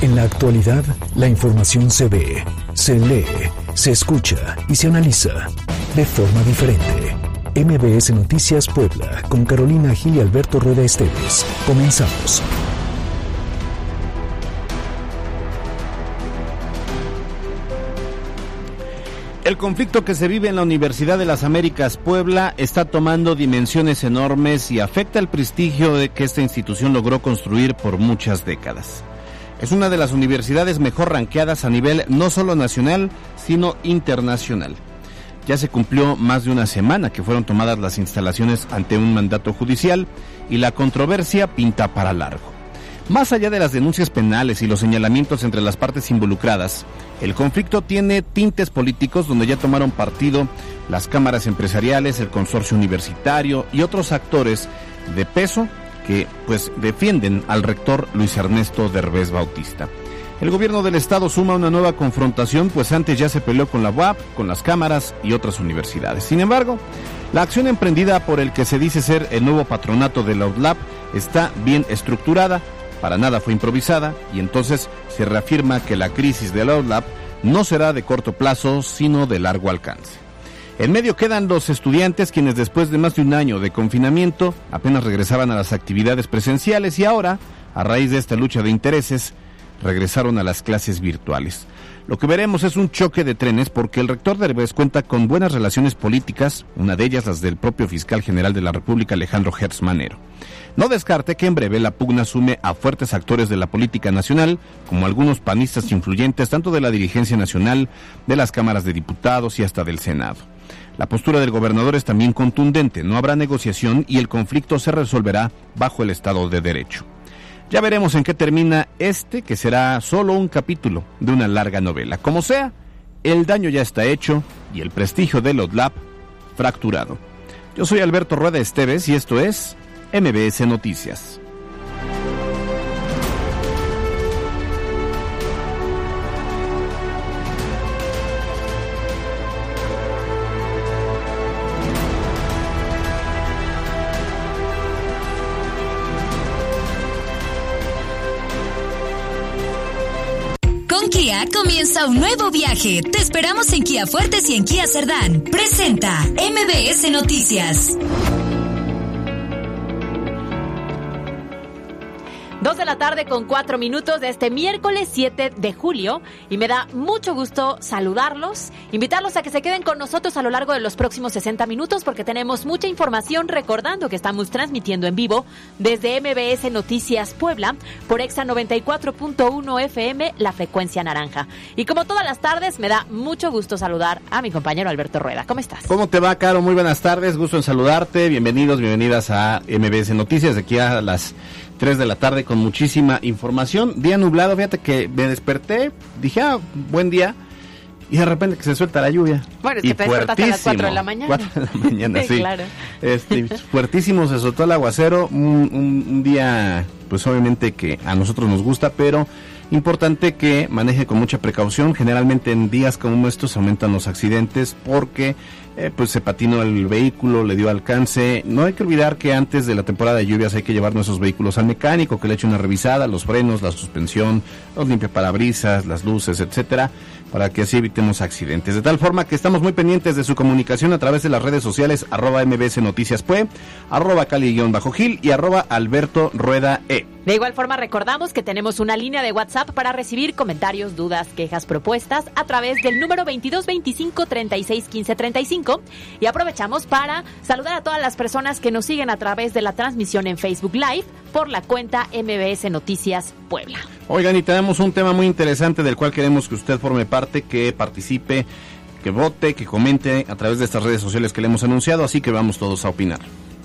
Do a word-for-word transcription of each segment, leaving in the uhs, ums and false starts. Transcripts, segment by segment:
En la actualidad, la información se ve, se lee, se escucha y se analiza de forma diferente. M B S Noticias Puebla, con Carolina Gil y Alberto Rueda Esteves. Comenzamos. El conflicto que se vive en la Universidad de las Américas Puebla está tomando dimensiones enormes y afecta el prestigio de que esta institución logró construir por muchas décadas. Es una de las universidades mejor ranqueadas a nivel no solo nacional, sino internacional. Ya se cumplió más de una semana que fueron tomadas las instalaciones ante un mandato judicial y la controversia pinta para largo. Más allá de las denuncias penales y los señalamientos entre las partes involucradas, el conflicto tiene tintes políticos donde ya tomaron partido las cámaras empresariales, el consorcio universitario y otros actores de peso que pues defienden al rector Luis Ernesto Derbez Bautista. El gobierno del estado suma una nueva confrontación, pues antes ya se peleó con la U A P, con las cámaras y otras universidades. Sin embargo, la acción emprendida por el que se dice ser el nuevo patronato de la U D L A P está bien estructurada, para nada fue improvisada, y entonces se reafirma que la crisis de la U D L A P no será de corto plazo, sino de largo alcance. En medio quedan los estudiantes quienes después de más de un año de confinamiento apenas regresaban a las actividades presenciales y ahora, a raíz de esta lucha de intereses, regresaron a las clases virtuales. Lo que veremos es un choque de trenes porque el rector Derbez cuenta con buenas relaciones políticas, una de ellas las del propio fiscal general de la República, Alejandro Gertz Manero. No descarte que en breve la pugna sume a fuertes actores de la política nacional, como algunos panistas influyentes, tanto de la dirigencia nacional, de las cámaras de diputados y hasta del Senado. La postura del gobernador es también contundente, no habrá negociación y el conflicto se resolverá bajo el Estado de Derecho. Ya veremos en qué termina este, que será solo un capítulo de una larga novela. Como sea, el daño ya está hecho y el prestigio de la U D L A P fracturado. Yo soy Alberto Rueda Esteves y esto es M B S Noticias. Con Kia comienza un nuevo viaje. Te esperamos en Kia Fuertes y en Kia Cerdán. Presenta M B S Noticias. Dos de la tarde con cuatro minutos de este miércoles siete de julio y me da mucho gusto saludarlos, invitarlos a que se queden con nosotros a lo largo de los próximos sesenta minutos porque tenemos mucha información, recordando que estamos transmitiendo en vivo desde M B S Noticias Puebla por Exa noventa y cuatro punto uno F M, la frecuencia naranja. Y como todas las tardes me da mucho gusto saludar a mi compañero Alberto Rueda. ¿Cómo estás? ¿Cómo te va, Caro? Muy buenas tardes, gusto en saludarte, bienvenidos, bienvenidas a M B S Noticias, de aquí a las tres de la tarde con muchísima información. Día nublado, fíjate que me desperté, dije, ah, buen día, y de repente que se suelta la lluvia. Bueno, es que y te despertaste a las cuatro de la mañana. cuatro de la mañana, sí. Claro. Este, fuertísimo, se soltó el aguacero, un, un, un día, pues obviamente que a nosotros nos gusta, pero importante que maneje con mucha precaución. Generalmente en días como estos aumentan los accidentes porque eh, pues se patinó el vehículo, le dio alcance. No hay que olvidar que antes de la temporada de lluvias hay que llevar nuestros vehículos al mecánico, que le eche una revisada, los frenos, la suspensión, los limpiaparabrisas, las luces, etcétera, para que así evitemos accidentes. De tal forma que estamos muy pendientes de su comunicación a través de las redes sociales, arroba M B S Noticias Pue, arroba Cali-Gil y arroba Alberto Rueda E. De igual forma recordamos que tenemos una línea de WhatsApp para recibir comentarios, dudas, quejas, propuestas a través del número veintidós veinticinco treinta y seis quince treinta y cinco y aprovechamos para saludar a todas las personas que nos siguen a través de la transmisión en Facebook Live por la cuenta M B S Noticias Puebla. Oigan, y tenemos un tema muy interesante del cual queremos que usted forme parte, que participe, que vote, que comente a través de estas redes sociales que le hemos anunciado, así que vamos todos a opinar.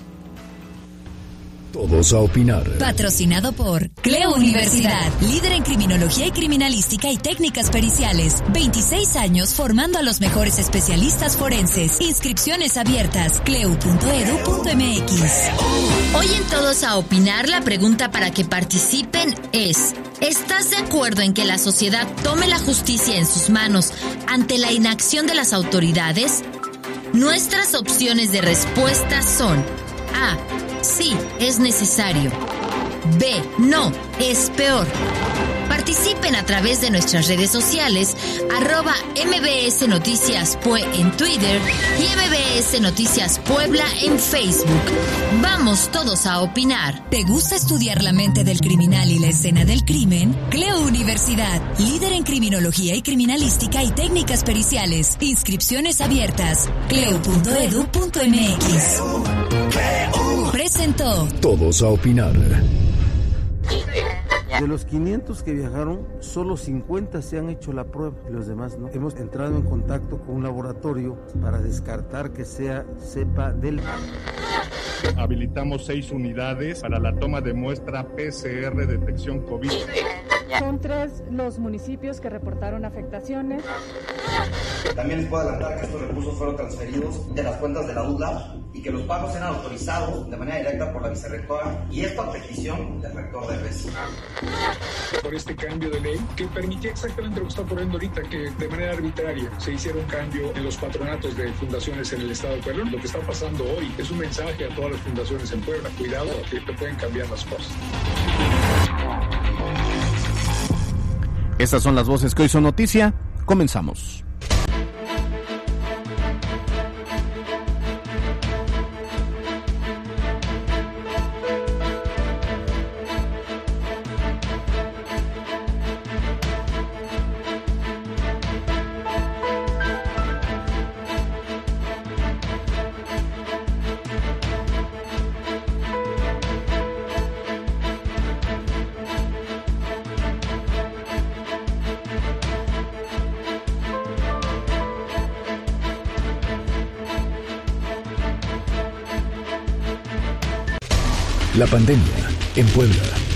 Todos a opinar. Patrocinado por Cleo Universidad, líder en criminología y criminalística y técnicas periciales. veintiséis años formando a los mejores especialistas forenses. Inscripciones abiertas. cleu punto edu punto m x. Hoy en Todos a opinar, la pregunta para que participen es: ¿estás de acuerdo en que la sociedad tome la justicia en sus manos ante la inacción de las autoridades? Nuestras opciones de respuesta son: A. Sí, es necesario. B. No, es peor. Participa Participen a través de nuestras redes sociales, arroba M B S Noticias Pue en Twitter y M B S Noticias Puebla en Facebook. Vamos todos a opinar. ¿Te gusta estudiar la mente del criminal y la escena del crimen? Cleo Universidad, líder en criminología y criminalística y técnicas periciales. Inscripciones abiertas. cleo punto edu punto m x. Presentó Todos a opinar. De los quinientos que viajaron, solo cincuenta se han hecho la prueba y los demás no. Hemos entrado en contacto con un laboratorio para descartar que sea cepa delta. Habilitamos seis unidades para la toma de muestra P C R detección COVID. Son tres los municipios que reportaron afectaciones. También les puedo adelantar que estos recursos fueron transferidos de las cuentas de la U D L A P y que los pagos eran autorizados de manera directa por la vicerrectora y esto a petición del rector de R E S. Por este cambio de ley que permitía exactamente lo que está ocurriendo ahorita, que de manera arbitraria se hiciera un cambio en los patronatos de fundaciones en el estado de Puebla. Lo que está pasando hoy es un mensaje a todas las fundaciones en Puebla. Cuidado, que te pueden cambiar las cosas. Estas son las voces que hoy son noticia. Comenzamos. La pandemia en Puebla.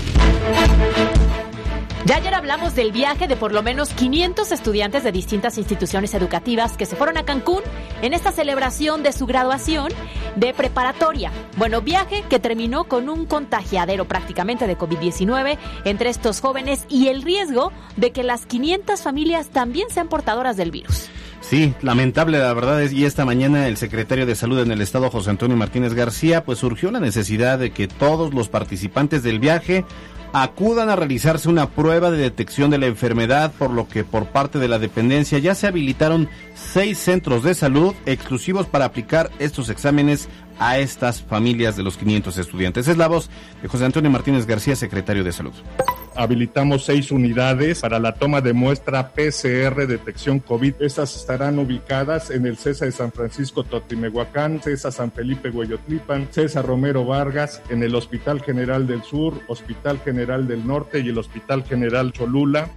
Ya ayer hablamos del viaje de por lo menos quinientos estudiantes de distintas instituciones educativas que se fueron a Cancún en esta celebración de su graduación de preparatoria. Bueno, viaje que terminó con un contagiadero prácticamente de covid diecinueve entre estos jóvenes y el riesgo de que las quinientas familias también sean portadoras del virus. Sí, lamentable la verdad es, y esta mañana el secretario de Salud en el estado, José Antonio Martínez García, pues surgió la necesidad de que todos los participantes del viaje acudan a realizarse una prueba de detección de la enfermedad, por lo que por parte de la dependencia ya se habilitaron seis centros de salud exclusivos para aplicar estos exámenes a estas familias de los quinientos estudiantes. Es la voz de José Antonio Martínez García, secretario de Salud. Habilitamos seis unidades para la toma de muestra P C R detección COVID. Estas estarán ubicadas en el CESA de San Francisco Totimehuacán, CESA San Felipe Hueyotlipan, CESA Romero Vargas, en el Hospital General del Sur, Hospital General del Norte y el Hospital General Cholula.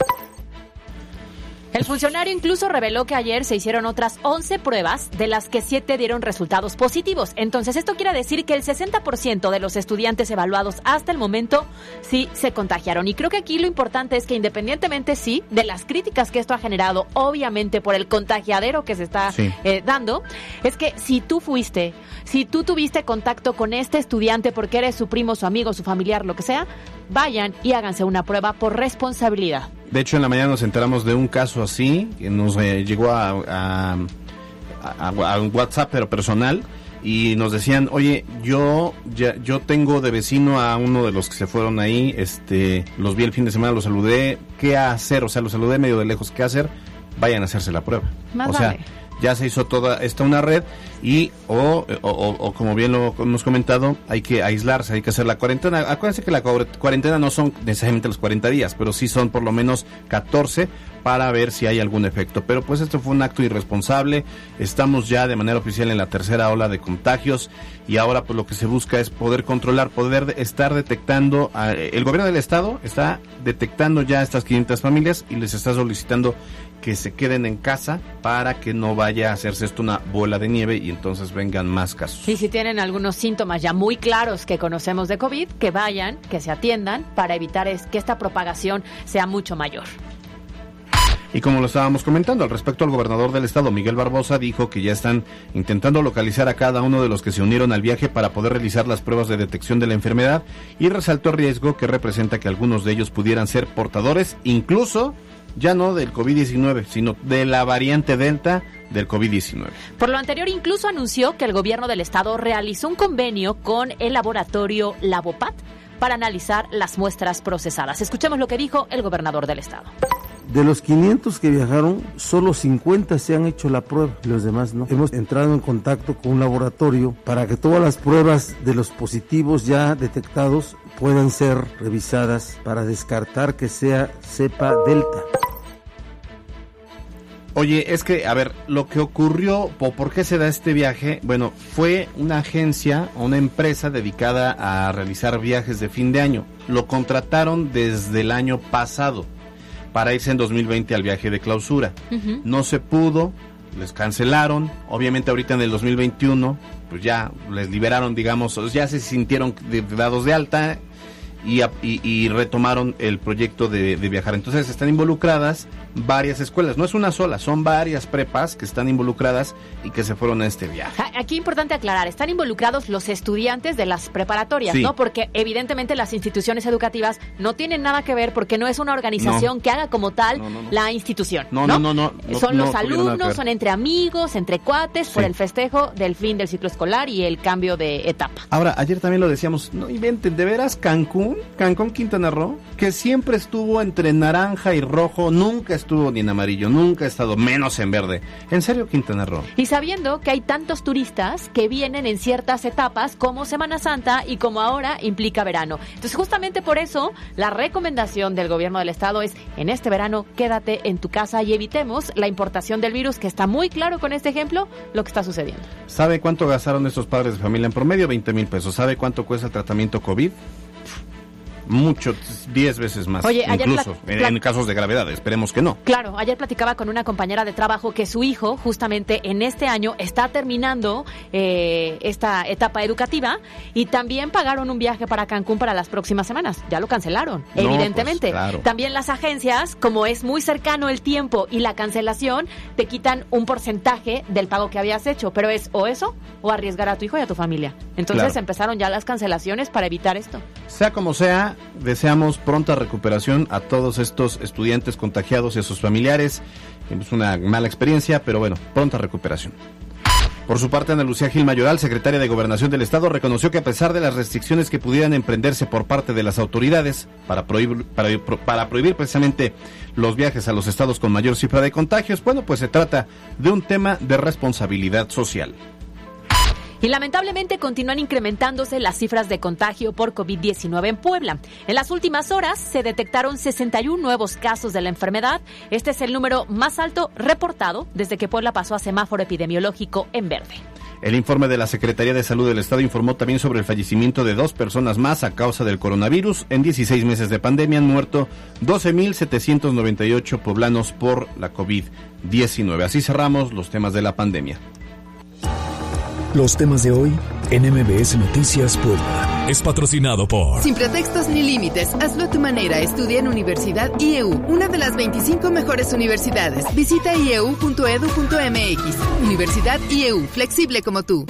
El funcionario incluso reveló que ayer se hicieron otras once pruebas, de las que siete dieron resultados positivos. Entonces, esto quiere decir que el sesenta por ciento de los estudiantes evaluados hasta el momento sí se contagiaron. Y creo que aquí lo importante es que independientemente, sí, de las críticas que esto ha generado, obviamente por el contagiadero que se está sí. eh, dando, es que si tú fuiste, si tú tuviste contacto con este estudiante porque eres su primo, su amigo, su familiar, lo que sea, vayan y háganse una prueba por responsabilidad. De hecho, en la mañana nos enteramos de un caso así, que nos eh, llegó a, a, a, a un WhatsApp, pero personal, y nos decían, oye, yo ya, yo tengo de vecino a uno de los que se fueron ahí, este, los vi el fin de semana, los saludé, ¿qué hacer? O sea, los saludé medio de lejos, ¿qué hacer? Vayan a hacerse la prueba. Más o vale. sea, ya se hizo toda esta una red y o, o, o, o como bien lo hemos comentado, hay que aislarse, hay que hacer la cuarentena. Acuérdense que la cuarentena no son necesariamente los cuarenta días, pero sí son por lo menos catorce para ver si hay algún efecto. Pero pues esto fue un acto irresponsable. Estamos ya de manera oficial en la tercera ola de contagios y ahora pues lo que se busca es poder controlar, poder estar detectando. A, el gobierno del estado está detectando ya estas quinientas familias y les está solicitando que se queden en casa para que no vaya a hacerse esto una bola de nieve y entonces vengan más casos. Y si tienen algunos síntomas ya muy claros que conocemos de COVID, que vayan, que se atiendan para evitar es que esta propagación sea mucho mayor. Y como lo estábamos comentando, al respecto, el gobernador del estado, Miguel Barbosa, dijo que ya están intentando localizar a cada uno de los que se unieron al viaje para poder realizar las pruebas de detección de la enfermedad y resaltó el riesgo que representa que algunos de ellos pudieran ser portadores, incluso ya no del covid diecinueve, sino de la variante Delta del covid diecinueve. Por lo anterior, incluso anunció que el gobierno del estado realizó un convenio con el laboratorio Labopat para analizar las muestras procesadas. Escuchemos lo que dijo el gobernador del estado. De los quinientos que viajaron, solo cincuenta se han hecho la prueba, los demás no. Hemos entrado en contacto con un laboratorio para que todas las pruebas de los positivos ya detectados puedan ser revisadas para descartar que sea cepa delta. Oye, es que, a ver, lo que ocurrió, ¿por qué se da este viaje? Bueno, fue una agencia, una empresa dedicada a realizar viajes de fin de año. Lo contrataron desde el año pasado para irse en dos mil veinte al viaje de clausura. Uh-huh. No se pudo, les cancelaron. Obviamente ahorita en el dos mil veintiuno, pues ya les liberaron, digamos, ya se sintieron de, de dados de alta y, y, y retomaron el proyecto de, de viajar. Entonces están involucradas varias escuelas, no es una sola, son varias prepas que están involucradas y que se fueron a este viaje. Aquí importante aclarar, están involucrados los estudiantes de las preparatorias, sí, ¿no? Porque evidentemente las instituciones educativas no tienen nada que ver porque no es una organización no. que haga como tal no, no, no. la institución, no, ¿no? No, no, no, no Son no, los no alumnos, son entre amigos, entre cuates, sí, por el festejo del fin del ciclo escolar y el cambio de etapa. Ahora, ayer también lo decíamos, no inventen, de veras Cancún, Cancún, Quintana Roo, que siempre estuvo entre naranja y rojo, nunca estuvo ni en amarillo, nunca ha estado menos en verde. ¿En serio, Quintana Roo? Y sabiendo que hay tantos turistas que vienen en ciertas etapas como Semana Santa y como ahora implica verano. Entonces, justamente por eso, la recomendación del gobierno del estado es, en este verano, quédate en tu casa y evitemos la importación del virus, que está muy claro con este ejemplo lo que está sucediendo. ¿Sabe cuánto gastaron estos padres de familia? En promedio, veinte mil pesos. ¿Sabe cuánto cuesta el tratamiento COVID? Mucho, diez veces más. Oye, incluso plat- en, en casos de gravedad, esperemos que no. Claro, ayer platicaba con una compañera de trabajo que su hijo justamente en este año está terminando eh, esta etapa educativa y también pagaron un viaje para Cancún para las próximas semanas. Ya lo cancelaron, no, evidentemente. Pues, claro. También las agencias, como es muy cercano el tiempo y la cancelación, te quitan un porcentaje del pago que habías hecho, pero es o eso o arriesgar a tu hijo y a tu familia. Entonces claro. empezaron ya las cancelaciones para evitar esto. Sea como sea, deseamos pronta recuperación a todos estos estudiantes contagiados y a sus familiares. Es una mala experiencia, pero bueno, pronta recuperación. Por su parte, Ana Lucía Gil Mayoral, secretaria de Gobernación del Estado, reconoció que a pesar de las restricciones que pudieran emprenderse por parte de las autoridades para prohibir, para, para prohibir precisamente los viajes a los estados con mayor cifra de contagios, bueno, pues se trata de un tema de responsabilidad social. Y lamentablemente continúan incrementándose las cifras de contagio por covid diecinueve en Puebla. En las últimas horas se detectaron sesenta y uno nuevos casos de la enfermedad. Este es el número más alto reportado desde que Puebla pasó a semáforo epidemiológico en verde. El informe de la Secretaría de Salud del Estado informó también sobre el fallecimiento de dos personas más a causa del coronavirus. En dieciséis meses de pandemia han muerto doce mil setecientos noventa y ocho poblanos por la covid diecinueve. Así cerramos los temas de la pandemia. Los temas de hoy en M B S Noticias Puebla. Es patrocinado por Sin pretextos ni límites, hazlo a tu manera. Estudia en Universidad I E U, una de las veinticinco mejores universidades. Visita i e u punto e d u punto m x. Universidad I E U, flexible como tú.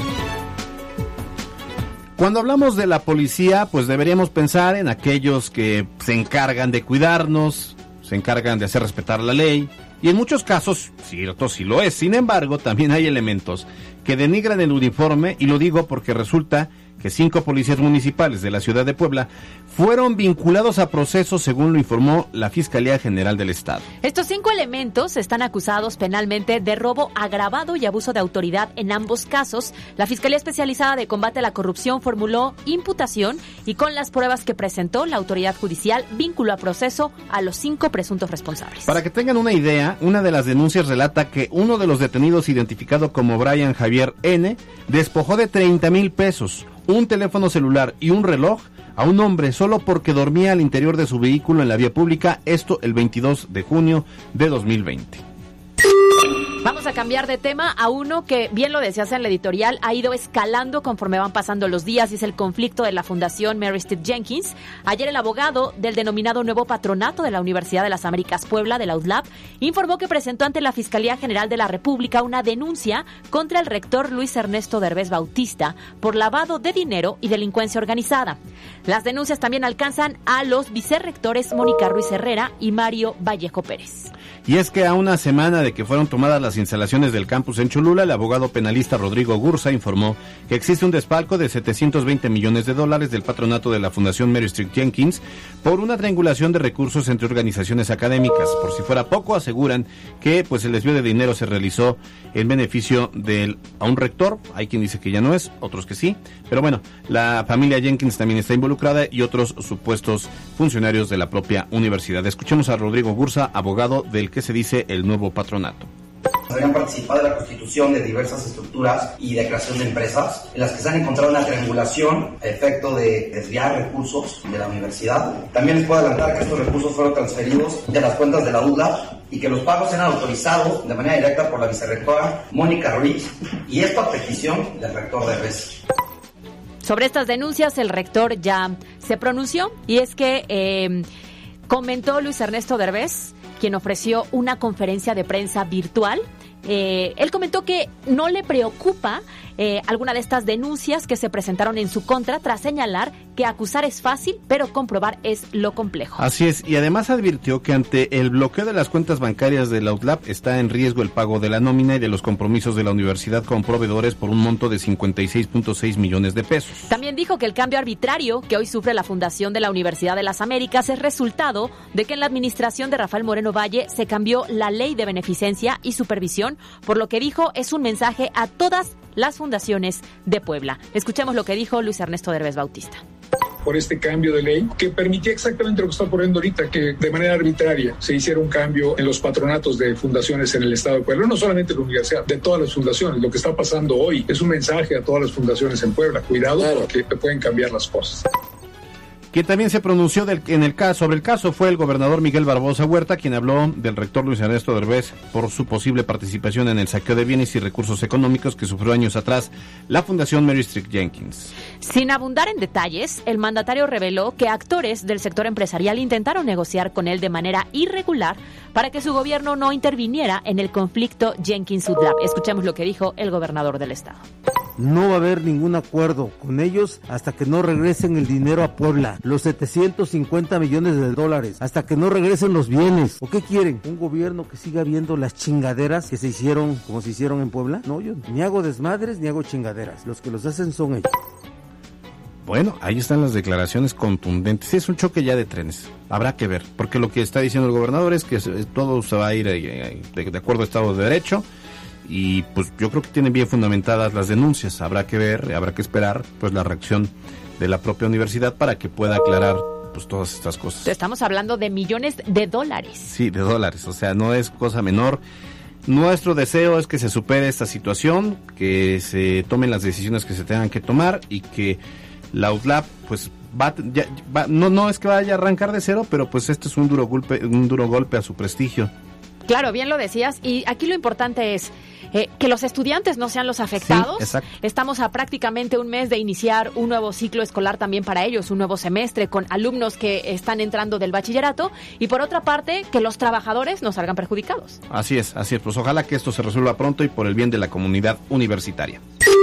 Cuando hablamos de la policía, pues deberíamos pensar en aquellos que se encargan de cuidarnos, se encargan de hacer respetar la ley. Y en muchos casos, cierto, sí lo es. Sin embargo, también hay elementos que denigran el uniforme, y lo digo porque resulta que cinco policías municipales de la ciudad de Puebla fueron vinculados a procesos, según lo informó la Fiscalía General del Estado. Estos cinco elementos están acusados penalmente de robo agravado y abuso de autoridad en ambos casos. La Fiscalía Especializada de Combate a la Corrupción formuló imputación y con las pruebas que presentó la autoridad judicial vinculó a proceso a los cinco presuntos responsables. Para que tengan una idea, una de las denuncias relata que uno de los detenidos, identificado como Brian Javier N., despojó de treinta mil pesos, un teléfono celular y un reloj a un hombre solo porque dormía al interior de su vehículo en la vía pública, esto el veintidós de junio de dos mil veinte. Vamos a cambiar de tema a uno que, bien lo decías en la editorial, ha ido escalando conforme van pasando los días, y es el conflicto de la Fundación Mary Steve Jenkins. Ayer el abogado del denominado nuevo patronato de la Universidad de las Américas Puebla, de la U D L A P, informó que presentó ante la Fiscalía General de la República una denuncia contra el rector Luis Ernesto Derbez Bautista por lavado de dinero y delincuencia organizada. Las denuncias también alcanzan a los vicerrectores Mónica Ruiz Herrera y Mario Vallejo Pérez. Y es que a una semana de que fueron tomadas las instalaciones del campus en Cholula, el abogado penalista Rodrigo Gursa informó que existe un despalco de setecientos veinte millones de dólares del patronato de la Fundación Mary Street Jenkins por una triangulación de recursos entre organizaciones académicas. Por si fuera poco, aseguran que pues el desvío de dinero se realizó en beneficio de a un rector. Hay quien dice que ya no es, otros que sí. Pero bueno, la familia Jenkins también está involucrada y otros supuestos funcionarios de la propia universidad. Escuchemos a Rodrigo Gursa, abogado del que se dice el nuevo patronato. Habían participado en la constitución de diversas estructuras y de creación de empresas en las que se han encontrado una triangulación a efecto de desviar recursos de la universidad. También les puedo adelantar que estos recursos fueron transferidos de las cuentas de la U D L A P y que los pagos eran autorizados de manera directa por la vicerrectora Mónica Ruiz, y esto a petición del rector de Derbez. Sobre estas denuncias, el rector ya se pronunció, y es que eh, comentó Luis Ernesto Derbez, quien ofreció una conferencia de prensa virtual. Eh, él comentó que no le preocupa eh, alguna de estas denuncias que se presentaron en su contra, tras señalar que acusar es fácil, pero comprobar es lo complejo. Así es, y además advirtió que ante el bloqueo de las cuentas bancarias de la U D L A P está en riesgo el pago de la nómina y de los compromisos de la universidad con proveedores por un monto de cincuenta y seis punto seis millones de pesos. También dijo que el cambio arbitrario que hoy sufre la Fundación de la Universidad de las Américas es resultado de que en la administración de Rafael Moreno Valle se cambió la ley de beneficencia y supervisión, por lo que dijo es un mensaje a todas las fundaciones de Puebla. Escuchemos lo que dijo Luis Ernesto Derbez Bautista. Por este cambio de ley que permitía exactamente lo que está ocurriendo ahorita, que de manera arbitraria se hiciera un cambio en los patronatos de fundaciones en el estado de Puebla, no solamente de la universidad, de todas las fundaciones. Lo que está pasando hoy es un mensaje a todas las fundaciones en Puebla. Cuidado, claro, porque te pueden cambiar las cosas. Quien también se pronunció del, en el caso, sobre el caso fue el gobernador Miguel Barbosa Huerta, quien habló del rector Luis Ernesto Derbez por su posible participación en el saqueo de bienes y recursos económicos que sufrió años atrás la Fundación Mary Street Jenkins. Sin abundar en detalles, el mandatario reveló que actores del sector empresarial intentaron negociar con él de manera irregular para que su gobierno no interviniera en el conflicto Jenkins-U D L A P. Escuchemos lo que dijo el gobernador del estado. No va a haber ningún acuerdo con ellos hasta que no regresen el dinero a Puebla, los setecientos cincuenta millones de dólares, hasta que no regresen los bienes. ¿O qué quieren? ¿Un gobierno que siga viendo las chingaderas que se hicieron como se hicieron en Puebla? No, yo ni hago desmadres ni hago chingaderas. Los que los hacen son ellos. Bueno, ahí están las declaraciones contundentes. Es un choque ya de trenes. Habrá que ver, porque lo que está diciendo el gobernador es que todo se va a ir de acuerdo a Estado de Derecho. Y pues yo creo que tienen bien fundamentadas las denuncias. Habrá que ver, habrá que esperar pues la reacción de la propia universidad para que pueda aclarar pues todas estas cosas. Estamos hablando de millones de dólares. Sí, de dólares, o sea, no es cosa menor. Nuestro deseo es que se supere esta situación, que se tomen las decisiones que se tengan que tomar y que la U D L A P pues va, ya, va no no es que vaya a arrancar de cero, pero pues este es un duro golpe, un duro golpe a su prestigio. Claro, bien lo decías, y aquí lo importante es eh, que los estudiantes no sean los afectados. Sí, exacto. Estamos a prácticamente un mes de iniciar un nuevo ciclo escolar también para ellos, un nuevo semestre con alumnos que están entrando del bachillerato, y por otra parte, que los trabajadores no salgan perjudicados. Así es, así es, pues ojalá que esto se resuelva pronto y por el bien de la comunidad universitaria.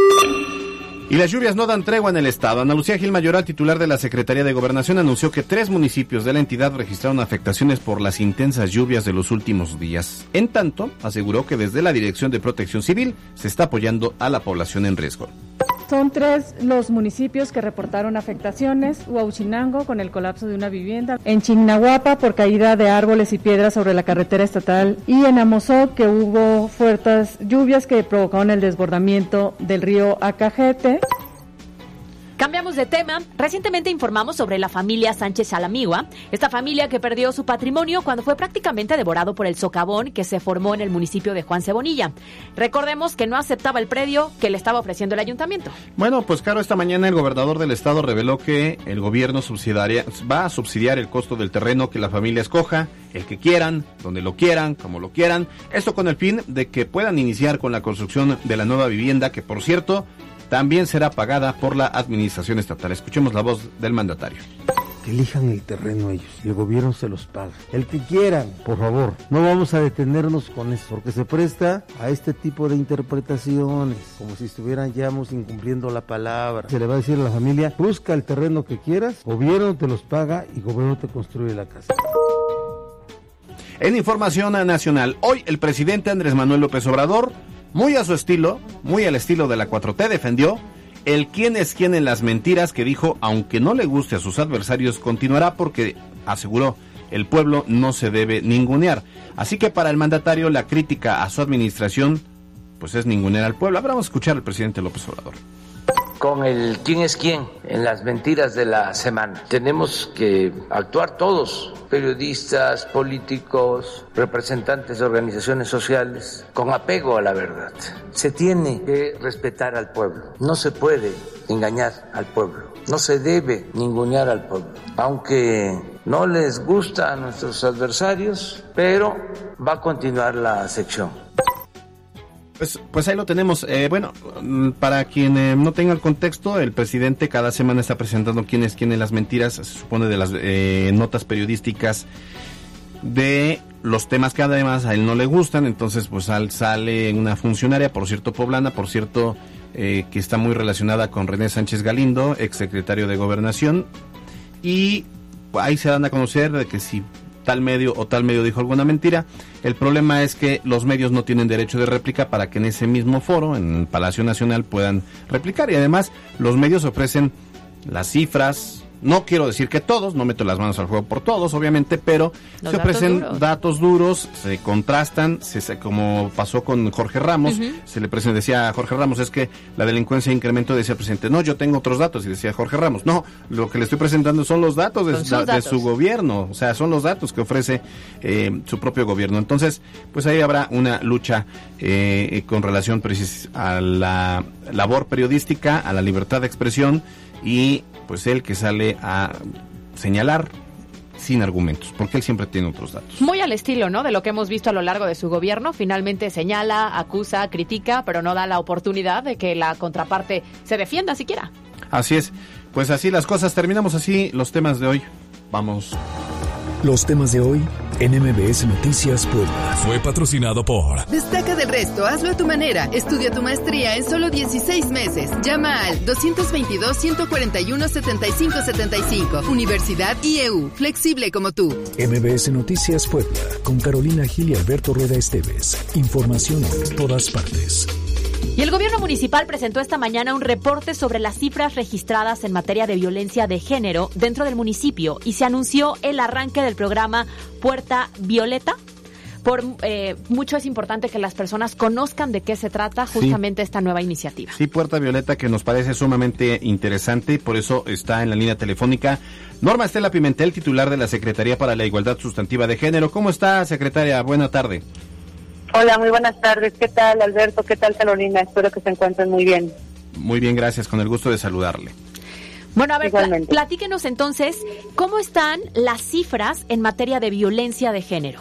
Y las lluvias no dan tregua en el estado. Ana Lucía Gil Mayoral, titular de la Secretaría de Gobernación, anunció que tres municipios de la entidad registraron afectaciones por las intensas lluvias de los últimos días. En tanto, aseguró que desde la Dirección de Protección Civil se está apoyando a la población en riesgo. Son tres los municipios que reportaron afectaciones: Huauchinango con el colapso de una vivienda, en Chignahuapa por caída de árboles y piedras sobre la carretera estatal, y en Amozoc que hubo fuertes lluvias que provocaron el desbordamiento del río Acajete. Cambiamos de tema. Recientemente informamos sobre la familia Sánchez Salamigua, esta familia que perdió su patrimonio cuando fue prácticamente devorado por el socavón que se formó en el municipio de Juan Cebonilla. Recordemos que no aceptaba el predio que le estaba ofreciendo el ayuntamiento. Bueno, pues Caro, esta mañana el gobernador del estado reveló que el gobierno subsidiaria, va a subsidiar el costo del terreno que la familia escoja, el que quieran, donde lo quieran, como lo quieran. Esto con el fin de que puedan iniciar con la construcción de la nueva vivienda, que por cierto también será pagada por la administración estatal. Escuchemos la voz del mandatario. Que elijan el terreno ellos, el gobierno se los paga. El que quieran, por favor, no vamos a detenernos con eso, porque se presta a este tipo de interpretaciones, como si estuvieran ya incumpliendo la palabra. Se le va a decir a la familia: busca el terreno que quieras, gobierno te los paga y gobierno te construye la casa. En información nacional, hoy el presidente Andrés Manuel López Obrador, muy a su estilo, muy al estilo de la cuatro T, defendió el quién es quién en las mentiras, que dijo, aunque no le guste a sus adversarios, continuará porque, aseguró, el pueblo no se debe ningunear. Así que para el mandatario, la crítica a su administración, pues es ningunear al pueblo. Ahora vamos a escuchar al presidente López Obrador. Con el quién es quién en las mentiras de la semana. Tenemos que actuar todos, periodistas, políticos, representantes de organizaciones sociales, con apego a la verdad. Se tiene que respetar al pueblo. No se puede engañar al pueblo. No se debe ningunear al pueblo. Aunque no les gusta a nuestros adversarios, pero va a continuar la sección. Pues, pues ahí lo tenemos. Eh, bueno, para quien eh, no tenga el contexto, el presidente cada semana está presentando quién es quién en las mentiras, se supone de las eh, notas periodísticas de los temas que además a él no le gustan. Entonces pues al, sale una funcionaria, por cierto poblana, por cierto eh, que está muy relacionada con René Sánchez Galindo, exsecretario de Gobernación, y ahí se dan a conocer de que si tal medio o tal medio dijo alguna mentira. El problema es que los medios no tienen derecho de réplica para que en ese mismo foro, en el Palacio Nacional, puedan replicar. Y además, los medios ofrecen las cifras. No quiero decir que todos, no meto las manos al fuego por todos, obviamente, pero los se ofrecen datos duros. datos duros, se contrastan, se, se, como pasó con Jorge Ramos, uh-huh. se le presenta, decía a Jorge Ramos, es que la delincuencia incrementó, decía el presidente, no, yo tengo otros datos, y decía Jorge Ramos, no, lo que le estoy presentando son los datos de, da, datos. de su gobierno, o sea, son los datos que ofrece eh, su propio gobierno. Entonces, pues ahí habrá una lucha eh, con relación precis- a la labor periodística, a la libertad de expresión, y pues él que sale a señalar sin argumentos, porque él siempre tiene otros datos. Muy al estilo, ¿no?, de lo que hemos visto a lo largo de su gobierno. Finalmente señala, acusa, critica, pero no da la oportunidad de que la contraparte se defienda siquiera. Así es, pues así las cosas. Terminamos así los temas de hoy. Vamos. Los temas de hoy en M B S Noticias Puebla. Fue patrocinado por... Destaca del resto, hazlo a tu manera. Estudia tu maestría en solo dieciséis meses. Llama al dos dos dos, uno cuatro uno, siete cinco siete cinco. Universidad I E U, flexible como tú. M B S Noticias Puebla, con Carolina Gil y Alberto Rueda Esteves. Información en todas partes. Y el gobierno municipal presentó esta mañana un reporte sobre las cifras registradas en materia de violencia de género dentro del municipio y se anunció el arranque del programa Puerta Violeta. Por eh, mucho es importante que las personas conozcan de qué se trata justamente sí. esta nueva iniciativa. Sí, Puerta Violeta, que nos parece sumamente interesante y por eso está en la línea telefónica Norma Estela Pimentel, titular de la Secretaría para la Igualdad Sustantiva de Género. ¿Cómo está, secretaria? Buena tarde. Hola, muy buenas tardes. ¿Qué tal, Alberto? ¿Qué tal, Carolina? Espero que se encuentren muy bien. Muy bien, gracias. Con el gusto de saludarle. Bueno, a ver, pl- platíquenos entonces, ¿cómo están las cifras en materia de violencia de género?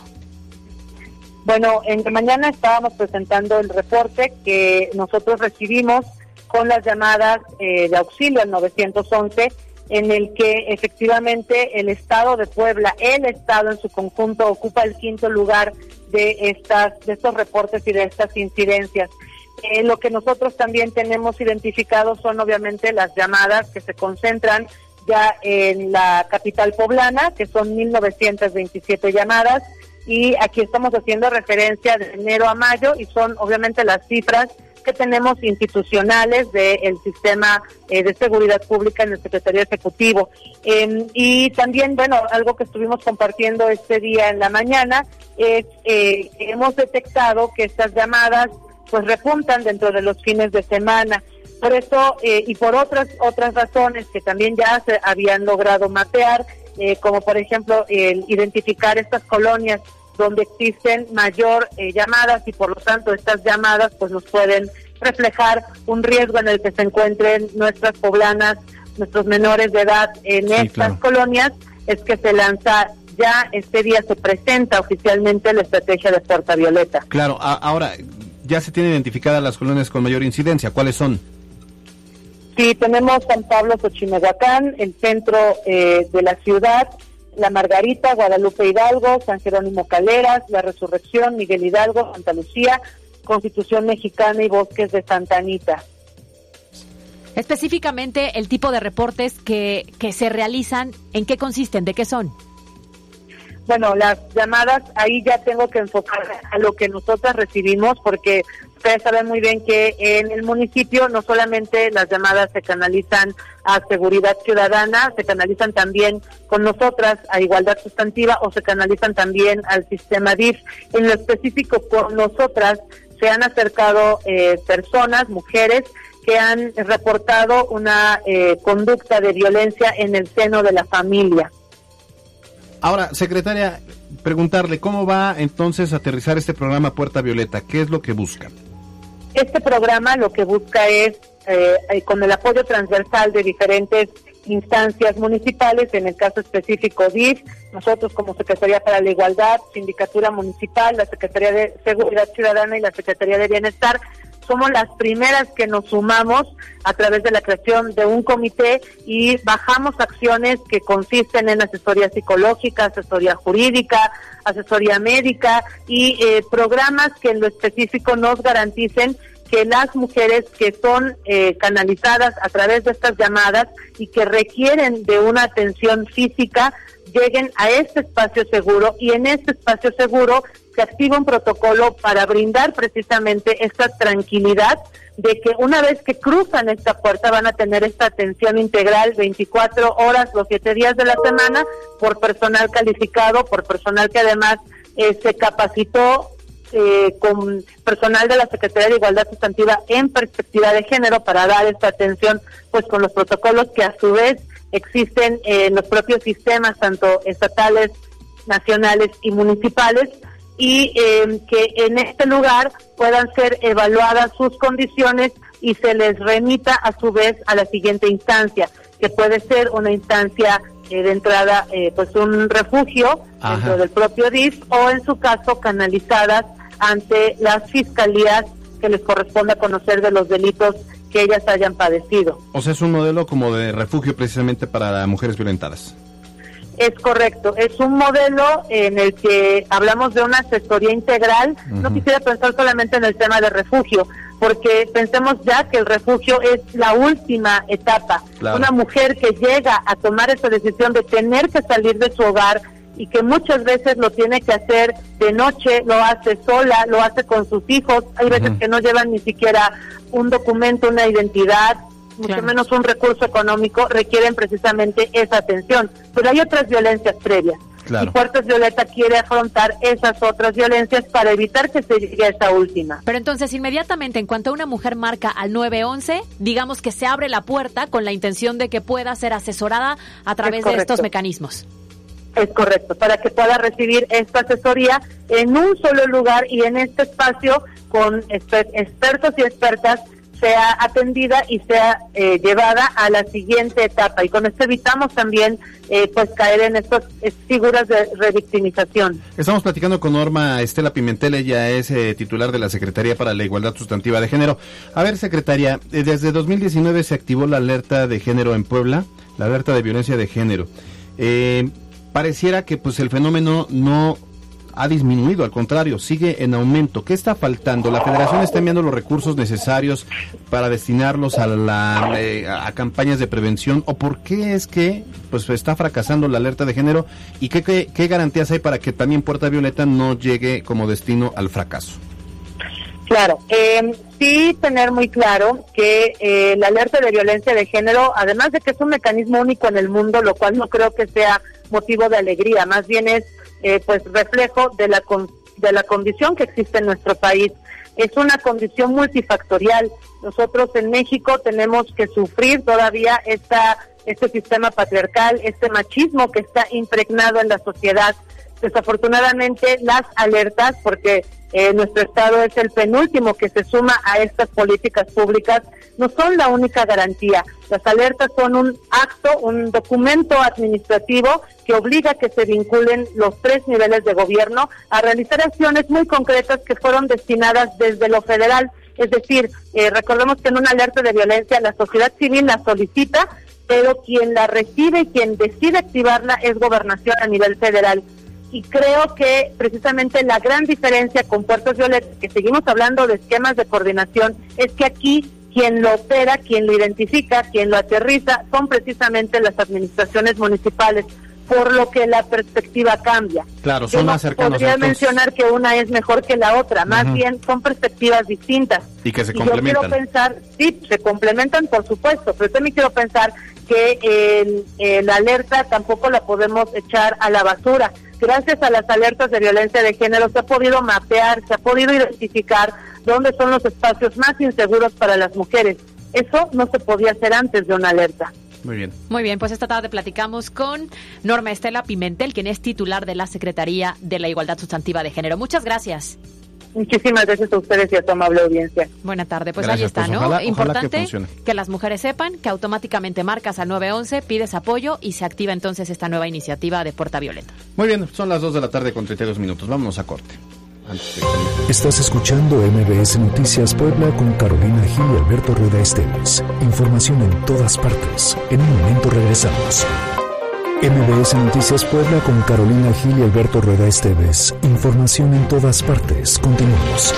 Bueno, en la mañana estábamos presentando el reporte que nosotros recibimos con las llamadas eh, de auxilio al nueve once, en el que efectivamente el Estado de Puebla, el Estado en su conjunto, ocupa el quinto lugar de estas de estos reportes y de estas incidencias. Eh, lo que nosotros también tenemos identificado son obviamente las llamadas que se concentran ya en la capital poblana, que son mil novecientas veintisiete llamadas, y aquí estamos haciendo referencia de enero a mayo, y son obviamente las cifras que tenemos institucionales del sistema eh, de seguridad pública en el Secretario Ejecutivo. Eh, y también, bueno, algo que estuvimos compartiendo este día en la mañana es eh, hemos detectado que estas llamadas pues repuntan dentro de los fines de semana. Por eso eh, y por otras otras razones que también ya se habían logrado mapear, eh, como por ejemplo el identificar estas colonias donde existen mayor eh, llamadas y por lo tanto estas llamadas pues nos pueden reflejar un riesgo en el que se encuentren nuestras poblanas, nuestros menores de edad en sí, estas claro. colonias, es que se lanza ya este día, se presenta oficialmente la estrategia de Puerta Violeta. Claro, a- ahora ya se tienen identificadas las colonias con mayor incidencia, ¿cuáles son? Sí, tenemos San Pablo, Xochimehuacán, el centro eh, de la ciudad, La Margarita, Guadalupe Hidalgo, San Jerónimo Caleras, La Resurrección, Miguel Hidalgo, Santa Lucía, Constitución Mexicana y Bosques de Santa Anita. Específicamente, el tipo de reportes que, que se realizan, ¿en qué consisten? ¿De qué son? Bueno, las llamadas, ahí ya tengo que enfocar a lo que nosotras recibimos, porque ustedes saben muy bien que en el municipio no solamente las llamadas se canalizan a seguridad ciudadana, se canalizan también con nosotras a igualdad sustantiva o se canalizan también al sistema D I F. En lo específico con nosotras se han acercado eh, personas, mujeres, que han reportado una eh, conducta de violencia en el seno de la familia. Ahora, secretaria, preguntarle, ¿cómo va entonces a aterrizar este programa Puerta Violeta? ¿Qué es lo que busca? Este programa lo que busca es, eh, con el apoyo transversal de diferentes instancias municipales, en el caso específico D I F, nosotros como Secretaría para la Igualdad, Sindicatura Municipal, la Secretaría de Seguridad Ciudadana y la Secretaría de Bienestar, somos las primeras que nos sumamos a través de la creación de un comité y bajamos acciones que consisten en asesoría psicológica, asesoría jurídica, asesoría médica y eh, programas que en lo específico nos garanticen que las mujeres que son eh, canalizadas a través de estas llamadas y que requieren de una atención física lleguen a este espacio seguro, y en este espacio seguro se activa un protocolo para brindar precisamente esta tranquilidad de que una vez que cruzan esta puerta van a tener esta atención integral veinticuatro horas, los siete días de la semana, por personal calificado, por personal que además eh, se capacitó eh, con personal de la Secretaría de Igualdad Sustantiva en perspectiva de género para dar esta atención pues con los protocolos que a su vez existen en los propios sistemas, tanto estatales, nacionales y municipales, y eh, que en este lugar puedan ser evaluadas sus condiciones y se les remita a su vez a la siguiente instancia, que puede ser una instancia eh, de entrada, eh, pues un refugio Ajá. dentro del propio D I F, o en su caso canalizadas ante las fiscalías que les corresponda conocer de los delitos que ellas hayan padecido. O sea, es un modelo como de refugio precisamente para mujeres violentadas. Es correcto, es un modelo en el que hablamos de una asesoría integral. Uh-huh. No quisiera pensar solamente en el tema de refugio, porque pensemos ya que el refugio es la última etapa. Claro. Una mujer que llega a tomar esa decisión de tener que salir de su hogar y que muchas veces lo tiene que hacer de noche, lo hace sola, lo hace con sus hijos, hay veces uh-huh. que no llevan ni siquiera un documento, una identidad, mucho claro. menos un recurso económico, requieren precisamente esa atención. Pero hay otras violencias previas. Claro. Y Puertas Violeta quiere afrontar esas otras violencias para evitar que se llegue a esa última. Pero entonces, inmediatamente, en cuanto una mujer marca al nueve once, digamos que se abre la puerta con la intención de que pueda ser asesorada a través de estos mecanismos. Es correcto, para que pueda recibir esta asesoría en un solo lugar y en este espacio con exper- expertos y expertas, sea atendida y sea eh, llevada a la siguiente etapa, y con esto evitamos también eh, pues caer en estas eh, figuras de revictimización. Estamos platicando con Norma Estela Pimentel, ella es eh, titular de la Secretaría para la Igualdad Sustantiva de Género. A ver, secretaria, eh, desde dos mil diecinueve se activó la alerta de género en Puebla, la alerta de violencia de género. Eh, pareciera que pues el fenómeno no ha disminuido, al contrario, sigue en aumento. ¿Qué está faltando? ¿La Federación está enviando los recursos necesarios para destinarlos a la eh, a campañas de prevención? ¿O por qué es que pues está fracasando la alerta de género? ¿Y qué, qué, qué garantías hay para que también Puerta Violeta no llegue como destino al fracaso? Claro, eh, sí tener muy claro que eh, la alerta de violencia de género, además de que es un mecanismo único en el mundo, lo cual no creo que sea motivo de alegría, más bien es Eh, pues reflejo de la con, de la condición que existe en nuestro país. Es una condición multifactorial. Nosotros en México tenemos que sufrir todavía esta este sistema patriarcal, este machismo que está impregnado en la sociedad. Desafortunadamente las alertas, porque eh, nuestro estado es el penúltimo que se suma a estas políticas públicas, no son la única garantía. Las alertas son un acto, un documento administrativo que obliga a que se vinculen los tres niveles de gobierno a realizar acciones muy concretas que fueron destinadas desde lo federal. Es decir, eh, recordemos que en una alerta de violencia la sociedad civil la solicita, pero quien la recibe y quien decide activarla es Gobernación a nivel federal. Y creo que precisamente la gran diferencia con Puertas Violeta, que seguimos hablando de esquemas de coordinación, es que aquí quien lo opera, quien lo identifica, quien lo aterriza, son precisamente las administraciones municipales. por lo que la perspectiva cambia. Claro, son Yo más no cercanos. podría entonces. mencionar que una es mejor que la otra, más uh-huh. bien son perspectivas distintas. Y que se y complementan. Yo quiero pensar, sí, se complementan por supuesto, pero también quiero pensar que el, el alerta tampoco la podemos echar a la basura. Gracias a las alertas de violencia de género se ha podido mapear, se ha podido identificar dónde son los espacios más inseguros para las mujeres. Eso no se podía hacer antes de una alerta. Muy bien. Muy bien, pues esta tarde platicamos con Norma Estela Pimentel, quien es titular de la Secretaría de la Igualdad Sustantiva de Género. Muchas gracias. Muchísimas gracias a ustedes y a tu amable audiencia. Buena tarde, pues Gracias, ahí está, pues, ¿no? ojalá- Importante ojalá que funcione. que las mujeres sepan que automáticamente marcas al nueve once, pides apoyo y se activa entonces esta nueva iniciativa de Porta Violeta. Muy bien, son las dos de la tarde con treinta y dos minutos. Vámonos a corte. Antes de que- Estás escuchando M B S Noticias Puebla con Carolina Gil y Alberto Rueda Esteves. Información en todas partes. En un momento regresamos. M B S Noticias Puebla con Carolina Gil y Alberto Rueda Esteves. Información en todas partes. Continuamos.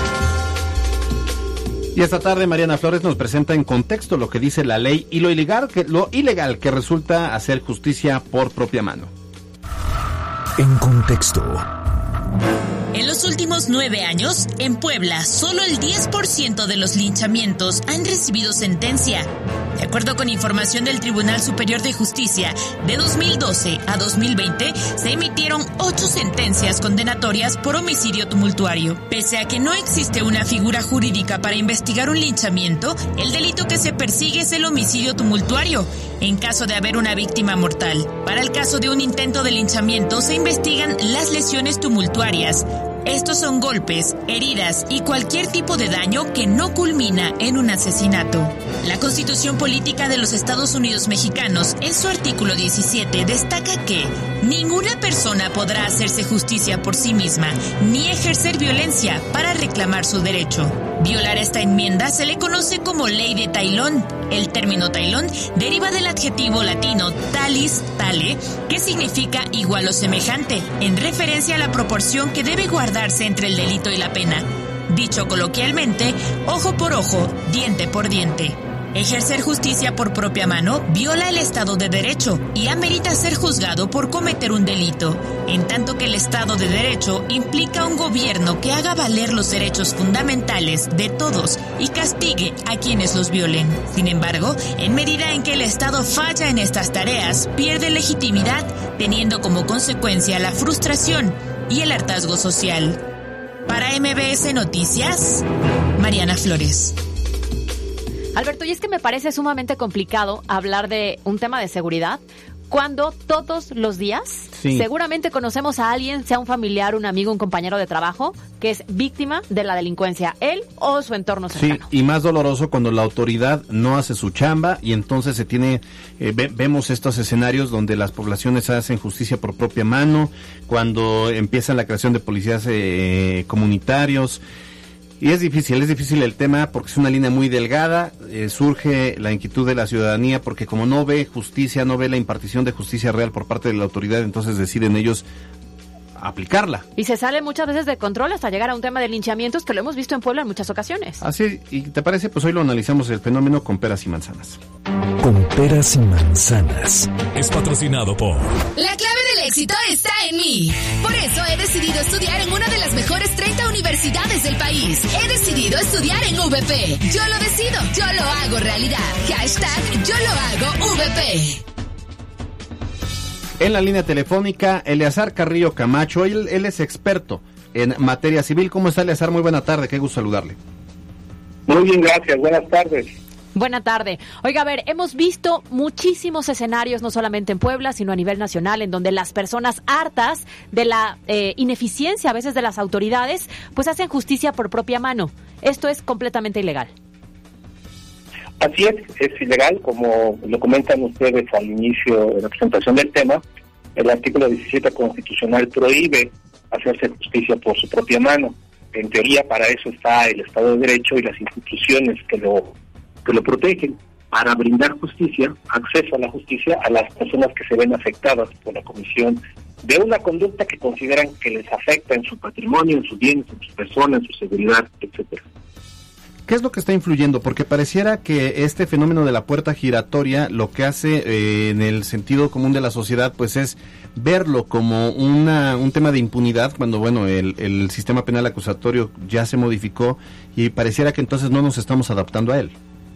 Y esta tarde Mariana Flores nos presenta en contexto lo que dice la ley y lo ilegal que, lo ilegal que resulta hacer justicia por propia mano. En contexto. En los últimos nueve años, en Puebla, solo el diez por ciento de los linchamientos han recibido sentencia. De acuerdo con información del Tribunal Superior de Justicia, de dos mil doce a dos mil veinte se emitieron ocho sentencias condenatorias por homicidio tumultuario. Pese a que no existe una figura jurídica para investigar un linchamiento, el delito que se persigue es el homicidio tumultuario, en caso de haber una víctima mortal. Para el caso de un intento de linchamiento se investigan las lesiones tumultuarias. Estos son golpes, heridas y cualquier tipo de daño que no culmina en un asesinato. La Constitución Política de los Estados Unidos Mexicanos, en su artículo diecisiete, destaca que ninguna persona podrá hacerse justicia por sí misma ni ejercer violencia para reclamar su derecho. Violar esta enmienda se le conoce como ley de Taylón. El término Taylón deriva del adjetivo latino talis, tale, que significa igual o semejante, en referencia a la proporción que debe guardarse entre el delito y la pena. Dicho coloquialmente, ojo por ojo, diente por diente. Ejercer justicia por propia mano viola el Estado de Derecho y amerita ser juzgado por cometer un delito, en tanto que el Estado de Derecho implica un gobierno que haga valer los derechos fundamentales de todos y castigue a quienes los violen. Sin embargo, en medida en que el Estado falla en estas tareas, pierde legitimidad, teniendo como consecuencia la frustración y el hartazgo social. Para M B S Noticias, Mariana Flores. Alberto, y es que me parece sumamente complicado hablar de un tema de seguridad cuando todos los días sí. seguramente conocemos a alguien, sea un familiar, un amigo, un compañero de trabajo, que es víctima de la delincuencia, él o su entorno cercano. Sí, y más doloroso cuando la autoridad no hace su chamba y entonces se tiene, eh, ve, vemos estos escenarios donde las poblaciones hacen justicia por propia mano, cuando empieza la creación de policías eh, comunitarios. Y es difícil, es difícil el tema porque es una línea muy delgada, eh, surge la inquietud de la ciudadanía porque como no ve justicia, no ve la impartición de justicia real por parte de la autoridad, entonces deciden ellos aplicarla. Y se sale muchas veces de control hasta llegar a un tema de linchamientos que lo hemos visto en Puebla en muchas ocasiones. Así, ¿y te parece? Pues hoy lo analizamos el fenómeno con peras y manzanas. Con peras y manzanas. Es patrocinado por... La clave del éxito está en mí. Por eso he decidido estudiar en una de las mejores treinta universidades del país. He decidido estudiar en U V P. Yo lo decido, yo lo hago realidad. Hashtag yo lo hago V P. En la línea telefónica, Eleazar Carrillo Camacho, él, él es experto en materia civil. ¿Cómo está, Eleazar? Muy buena tarde, qué gusto saludarle. Muy bien, gracias, buenas tardes. Buena tarde. Oiga, a ver, hemos visto muchísimos escenarios, no solamente en Puebla, sino a nivel nacional, en donde las personas hartas de la eh, ineficiencia a veces de las autoridades, pues hacen justicia por propia mano. Esto es completamente ilegal. Así es, es ilegal, como lo comentan ustedes al inicio de la presentación del tema. El artículo diecisiete constitucional prohíbe hacerse justicia por su propia mano. En teoría, para eso está el Estado de Derecho y las instituciones que lo que lo protegen, para brindar justicia, acceso a la justicia a las personas que se ven afectadas por la comisión de una conducta que consideran que les afecta en su patrimonio, en sus bienes, en su persona, en su seguridad, etcétera. ¿Qué es lo que está influyendo? Porque pareciera que este fenómeno de la puerta giratoria lo que hace eh, en el sentido común de la sociedad pues es verlo como una un tema de impunidad cuando bueno el, el sistema penal acusatorio ya se modificó y pareciera que entonces no nos estamos adaptando a él.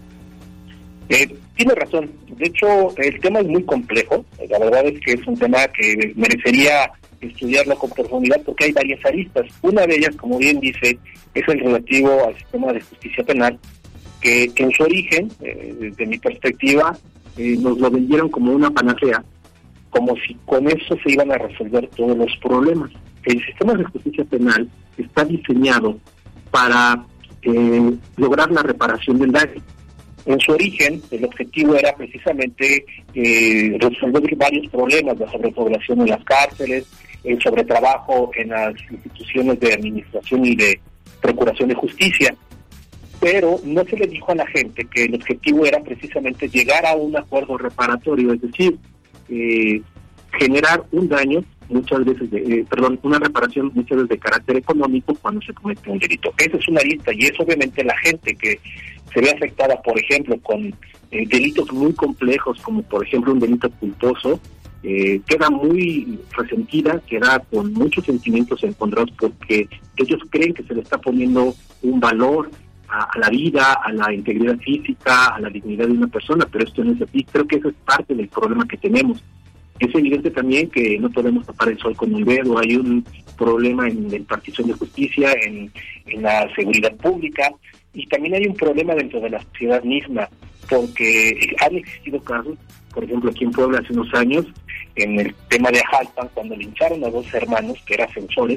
Eh, tiene razón. De hecho, el tema es muy complejo. La verdad es que es un tema que merecería estudiarlo con profundidad porque hay varias aristas. Una de ellas, como bien dice, es el relativo al sistema de justicia penal, que, que en su origen, eh, desde mi perspectiva, eh, nos lo vendieron como una panacea, como si con eso se iban a resolver todos los problemas. El sistema de justicia penal está diseñado para eh, lograr la reparación del daño. En su origen, el objetivo era precisamente eh, resolver varios problemas, la sobrepoblación en las cárceles, el sobretrabajo en las instituciones de administración y de procuración de justicia, pero no se le dijo a la gente que el objetivo era precisamente llegar a un acuerdo reparatorio, es decir, eh, generar un daño, muchas veces, de, eh, perdón, una reparación muchas veces de carácter económico cuando se comete un delito. Esa es una lista y es obviamente la gente que se ve afectada, por ejemplo, con eh, delitos muy complejos, como por ejemplo un delito culposo, eh, queda muy resentida, queda con muchos sentimientos encontrados porque ellos creen que se le está poniendo un valor a, a la vida, a la integridad física, a la dignidad de una persona, pero esto no es así. Creo que eso es parte del problema que tenemos. Es evidente también que no podemos tapar el sol con un dedo. Hay un problema en la impartición de justicia, en, en la seguridad pública, y también hay un problema dentro de la sociedad misma, porque han existido casos, por ejemplo aquí en Puebla hace unos años, en el tema de Ajalpan, cuando lincharon a dos hermanos que eran censores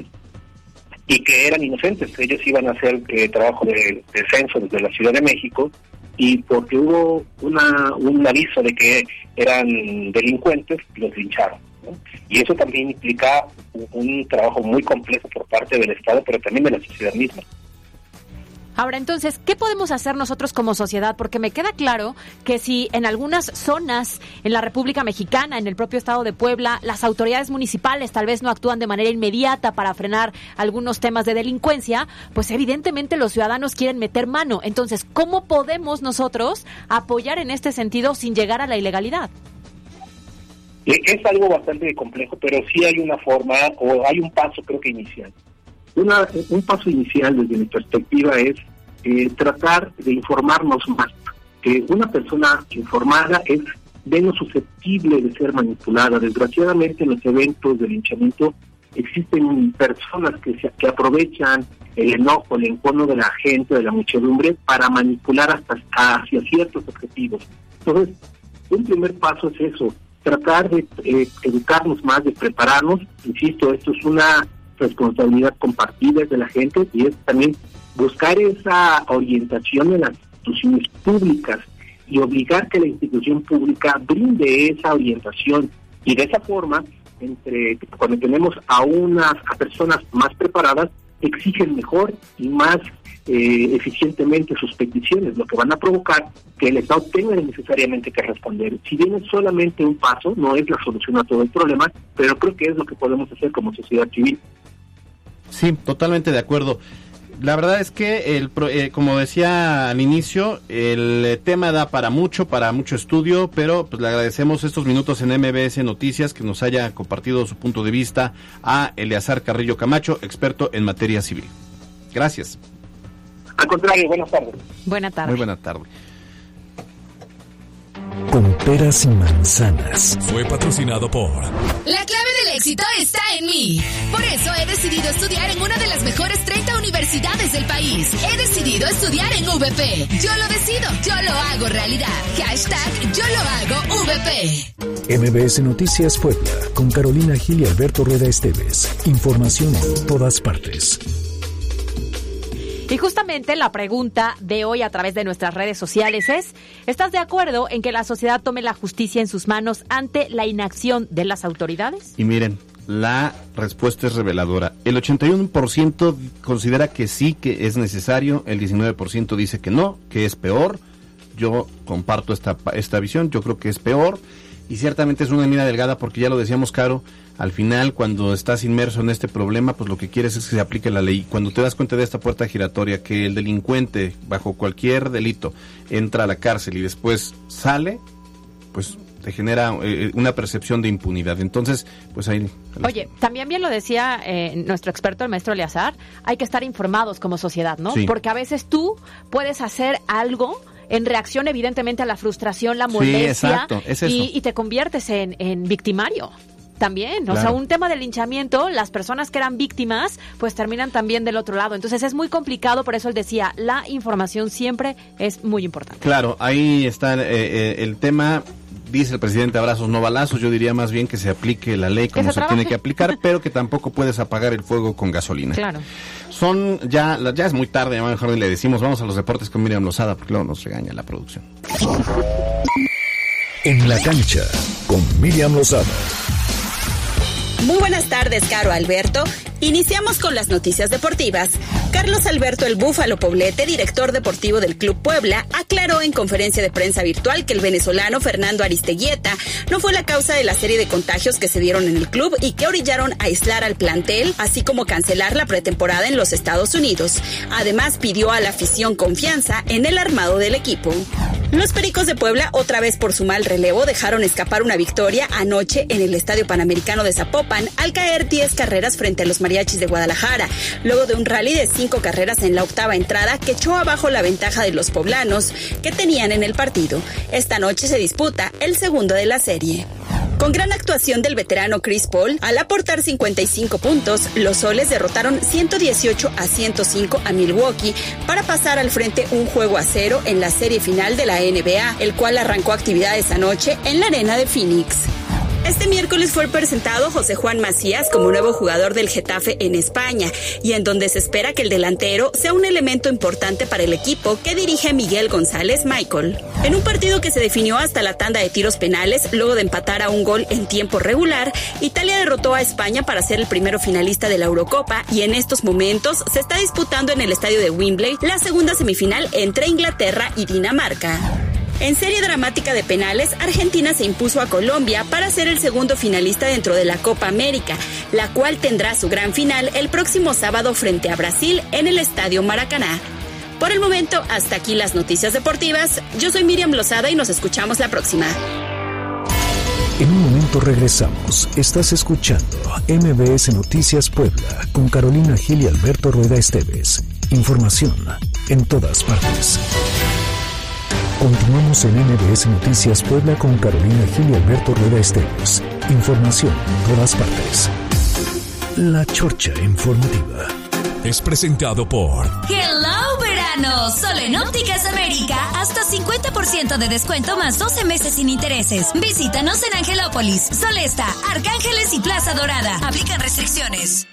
y que eran inocentes. Ellos iban a hacer eh, trabajo de, de censo desde la Ciudad de México, y porque hubo una un aviso de que eran delincuentes, los lincharon, ¿no? Y eso también implica un, un trabajo muy complejo por parte del Estado, pero también de la sociedad misma. Ahora, entonces, ¿qué podemos hacer nosotros como sociedad? Porque me queda claro que si en algunas zonas en la República Mexicana, en el propio estado de Puebla, las autoridades municipales tal vez no actúan de manera inmediata para frenar algunos temas de delincuencia, pues evidentemente los ciudadanos quieren meter mano. Entonces, ¿cómo podemos nosotros apoyar en este sentido sin llegar a la ilegalidad? Es algo bastante complejo, pero sí hay una forma, o hay un paso creo que inicial. Una, un paso inicial desde mi perspectiva es eh, tratar de informarnos más. Que una persona informada es menos susceptible de ser manipulada. Desgraciadamente en los eventos de linchamiento existen personas que, se, que aprovechan el enojo, el encono de la gente, de la muchedumbre, para manipular hasta hacia ciertos objetivos. Entonces, un primer paso es eso, tratar de eh, educarnos más, de prepararnos. Insisto, esto es una responsabilidad compartida de la gente y es también buscar esa orientación en las instituciones públicas y obligar que la institución pública brinde esa orientación, y de esa forma, entre cuando tenemos a unas a personas más preparadas, exigen mejor y más eh, eficientemente sus peticiones, lo que van a provocar que el Estado tenga necesariamente que responder. Si bien es solamente un paso, no es la solución a todo el problema, pero creo que es lo que podemos hacer como sociedad civil. Sí, totalmente de acuerdo. La verdad es que, el, eh, como decía al inicio, el tema da para mucho, para mucho estudio, pero pues le agradecemos estos minutos en M B S Noticias que nos haya compartido su punto de vista a Eleazar Carrillo Camacho, experto en materia civil. Gracias. Al contrario, buenas tardes. Buenas tardes. Muy buena tarde. Con peras y manzanas. Fue patrocinado por... La clave del éxito está en mí. Por eso he decidido estudiar en una de las mejores treinta universidades del país. He decidido estudiar en U V P. Yo lo decido, yo lo hago realidad. Hashtag yo lo hago V P. M B S Noticias Puebla, con Carolina Gil y Alberto Rueda Esteves. Información en todas partes. Y justamente la pregunta de hoy a través de nuestras redes sociales es: ¿estás de acuerdo en que la sociedad tome la justicia en sus manos ante la inacción de las autoridades? Y miren, la respuesta es reveladora. El ochenta y uno por ciento considera que sí, que es necesario. El diecinueve por ciento dice que no, que es peor. Yo comparto esta, esta visión, yo creo que es peor. y ciertamente es una línea delgada porque ya lo decíamos, Caro, al final cuando estás inmerso en este problema, pues lo que quieres es que se aplique la ley. Cuando te das cuenta de esta puerta giratoria, que el delincuente bajo cualquier delito entra a la cárcel y después sale, pues te genera eh, una percepción de impunidad. Entonces, pues ahí... Oye, también bien lo decía eh, nuestro experto, el maestro Eleazar, hay que estar informados como sociedad, ¿no? Sí. Porque a veces tú puedes hacer algo en reacción evidentemente a la frustración, la molestia, sí, exacto, es eso. Y, y te conviertes en, en victimario. También, claro. O sea, un tema de linchamiento, las personas que eran víctimas, pues terminan también del otro lado. Entonces es muy complicado, por eso él decía, la información siempre es muy importante. Claro, ahí está eh, eh, el tema. Dice el presidente, abrazos no balazos. Yo diría más bien que se aplique la ley como se, se tiene que aplicar, pero que tampoco puedes apagar el fuego con gasolina. Claro. Son ya, ya es muy tarde, ya mejor le decimos, vamos a los deportes con Miriam Lozada, porque luego nos regaña la producción. En la cancha, con Miriam Lozada. Muy buenas tardes, Caro Alberto. Iniciamos con las noticias deportivas. Carlos Alberto El Búfalo Poblete, director deportivo del Club Puebla, aclaró en conferencia de prensa virtual que el venezolano Fernando Aristeguieta no fue la causa de la serie de contagios que se dieron en el club y que orillaron a aislar al plantel, así como cancelar la pretemporada en los Estados Unidos. Además, pidió a la afición confianza en el armado del equipo. Los Pericos de Puebla, otra vez por su mal relevo, dejaron escapar una victoria anoche en el Estadio Panamericano de Zapopan al caer diez carreras frente a los Mariachis de Guadalajara, luego de un rally de cinco carreras en la octava entrada que echó abajo la ventaja de los poblanos que tenían en el partido. Esta noche se disputa el segundo de la serie. Con gran actuación del veterano Chris Paul, al aportar cincuenta y cinco puntos, los Soles derrotaron ciento dieciocho a ciento cinco a Milwaukee para pasar al frente un juego a cero en la serie final de la N B A, el cual arrancó actividades anoche en la arena de Phoenix. Este miércoles fue presentado José Juan Macías como nuevo jugador del Getafe en España, y en donde se espera que el delantero sea un elemento importante para el equipo que dirige Miguel González Michael. En un partido que se definió hasta la tanda de tiros penales, luego de empatar a un gol en tiempo regular, Italia derrotó a España para ser el primero finalista de la Eurocopa, y en estos momentos se está disputando en el estadio de Wembley la segunda semifinal entre Inglaterra y Dinamarca. En serie dramática de penales, Argentina se impuso a Colombia para ser el segundo finalista dentro de la Copa América, la cual tendrá su gran final el próximo sábado frente a Brasil en el Estadio Maracaná. Por el momento, hasta aquí las noticias deportivas. Yo soy Miriam Lozada y nos escuchamos la próxima. En un momento regresamos. Estás escuchando M B S Noticias Puebla con Carolina Gil y Alberto Rueda Esteves. Información en todas partes. Continuamos en M B S Noticias Puebla con Carolina Gil y Alberto Rueda Esteves. Información en todas partes. La Chorcha Informativa. Es presentado por Hello Verano, solo en Ópticas América, hasta cincuenta por ciento de descuento más doce meses sin intereses. Visítanos en Angelópolis, Solesta, Arcángeles y Plaza Dorada. Aplican restricciones.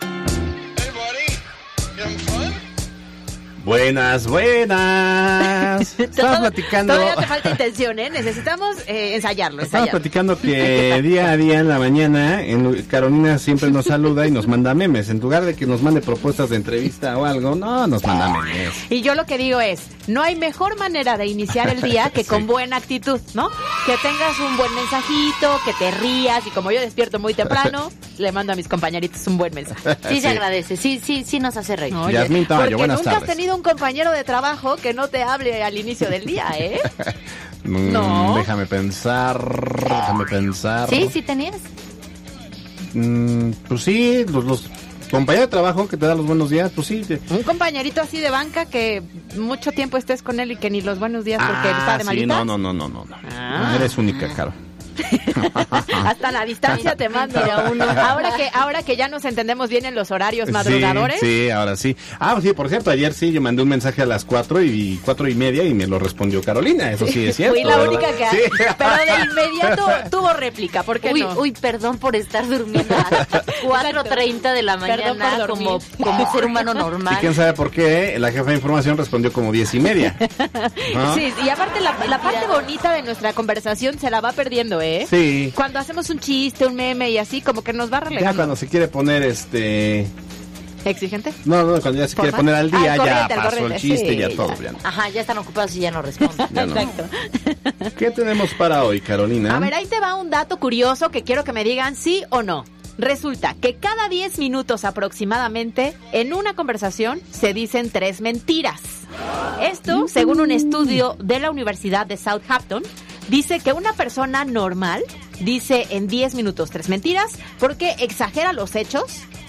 Buenas, buenas. Estamos platicando. Todavía te falta intención, ¿eh? Necesitamos eh, ensayarlo, Estamos ensayarlo. platicando que día a día en la mañana en, Carolina siempre nos saluda y nos manda memes. En lugar de que nos mande propuestas de entrevista o algo, no, nos manda memes. Y yo lo que digo es, no hay mejor manera de iniciar el día que con sí. buena actitud, ¿no? Que tengas un buen mensajito, que te rías, y como yo despierto muy temprano, le mando a mis compañeritos un buen mensaje. Sí, sí. se agradece, sí, sí, sí nos hace reír. Oye, Yasmín Tamayo, buenas nunca tardes. Has tenido un compañero de trabajo que no te hable al inicio del día, ¿eh? mm, no. Déjame pensar, déjame pensar. Sí, sí tenías. Mm, pues sí, los, los compañeros de trabajo que te dan los buenos días, pues sí. Te... Un compañerito así de banca que mucho tiempo estés con él y que ni los buenos días porque ah, está de malita. Sí, no, no, no, no, no. Ah. no eres única, Caro. Hasta la distancia te manda uno. Ahora que ahora que ya nos entendemos bien en los horarios madrugadores. Sí, sí, ahora sí. Ah, sí, por cierto, ayer sí yo mandé un mensaje a las cuatro y cuatro y media y me lo respondió Carolina. Eso sí es cierto. Fui la ¿verdad? única que, sí. Pero de inmediato tuvo réplica. ¿Por qué uy, no? Uy, perdón por estar durmiendo a las cuatro treinta de la mañana como, como ser humano normal. Y quién sabe por qué la jefa de información respondió como diez y media. ¿No? Sí, y aparte la, la parte bonita de nuestra conversación se la va perdiendo, ¿eh? Sí. Cuando hacemos un chiste, un meme y así, como que nos va relegando. Ya cuando se quiere poner este ¿Exigente? No, no, cuando ya se quiere poner al día, ah, ya corriente, pasó corriente, el chiste, sí, ya, ya todo. Ya no. Ajá, ya están ocupados y ya no responden. Ya no. Exacto. ¿Qué tenemos para hoy, Carolina? A ver, ahí te va un dato curioso que quiero que me digan sí o no. Resulta que cada diez minutos aproximadamente en una conversación se dicen tres mentiras. Esto, según un estudio de la Universidad de Southampton, dice que una persona normal dice en diez minutos tres mentiras porque exagera los hechos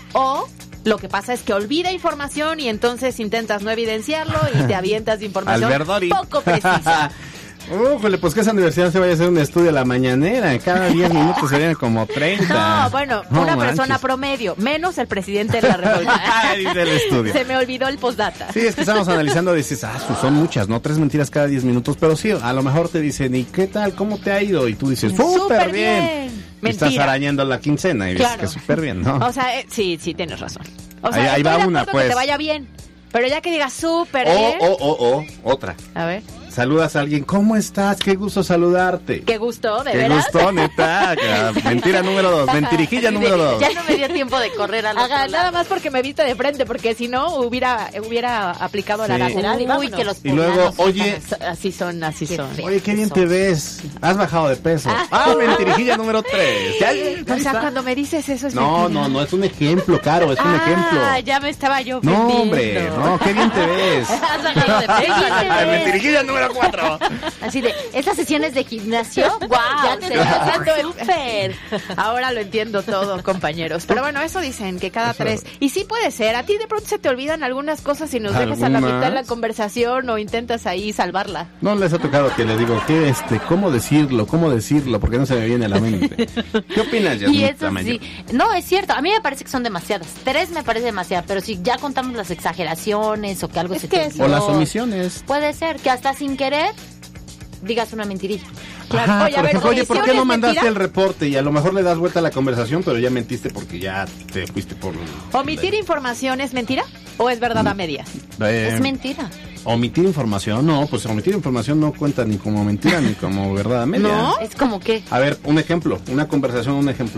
o lo que pasa es que olvida información y entonces intentas no evidenciarlo y te avientas de información poco precisa. Ufale, pues que esa universidad se vaya a hacer un estudio a la mañanera. Cada diez minutos serían como treinta. No, bueno, no una manches. persona promedio, menos el presidente de la República. Dice el estudio. Se me olvidó el postdata. Sí, es que estamos analizando, dices, ah, son muchas, ¿no? Tres mentiras cada diez minutos, pero sí, a lo mejor te dicen, ¿y qué tal? ¿Cómo te ha ido? Y tú dices, súper bien. bien. Estás arañando la quincena y claro. dices que súper bien, ¿no? O sea, eh, sí, sí, tienes razón. O sea, ahí, ahí estoy va de una, acuerdo pues. que te vaya bien, pero ya que digas súper o, bien. O, o, o, otra. A ver. Saludas a alguien, ¿cómo estás? Qué gusto saludarte. Qué gusto, de Qué veras. Qué gusto, neta. Mentira número dos, mentirijilla número dos. Ya no me dio tiempo de correr al Haga, nada más porque me viste de frente, porque si no hubiera hubiera aplicado la sí. lateral. Y, Uy, que los y luego, oye, así son, así son. Oye, qué bien te ves. Has bajado de peso. Ah, ah mentirijilla número tres. Ya, o sea, cuando me dices eso es No, mentira. no, no, es un ejemplo, Caro, es un ah, ejemplo. Ah, ya me estaba yo No, hombre, no, qué bien te ves. Has bajado de peso. Mentirijilla número cuatro. Así de, ¿estas sesiones de gimnasio? ¡Guau! Ya te estás dando el súper. Ahora lo entiendo todo, compañeros. Pero bueno, eso dicen, que cada eso. tres. Y sí puede ser, a ti de pronto se te olvidan algunas cosas y nos dejas a la mitad de la conversación o intentas ahí salvarla. No les ha tocado que les digo, ¿qué este? ¿Cómo decirlo? ¿Cómo decirlo? Porque no se me viene a la mente. ¿Qué opinas, Yasmín? Y eso sí. No, es cierto. A mí me parece que son demasiadas. Tres me parece demasiadas. Pero si ya contamos las exageraciones o que algo es se que te eso... O las omisiones. Puede ser que hasta sin querer digas una mentirilla. Claro. Ajá, oye, a ver, ejemplo, oye, ¿por qué no mandaste mentira? el reporte? Y a lo mejor le das vuelta a la conversación, pero ya mentiste porque ya te fuiste por... ¿Omitir información es mentira o es verdad a medias? Eh, es mentira. ¿Omitir información? No, pues omitir información no cuenta ni como mentira ni como verdad a medias. ¿No? ¿Es como qué? A ver, un ejemplo, una conversación, un ejemplo.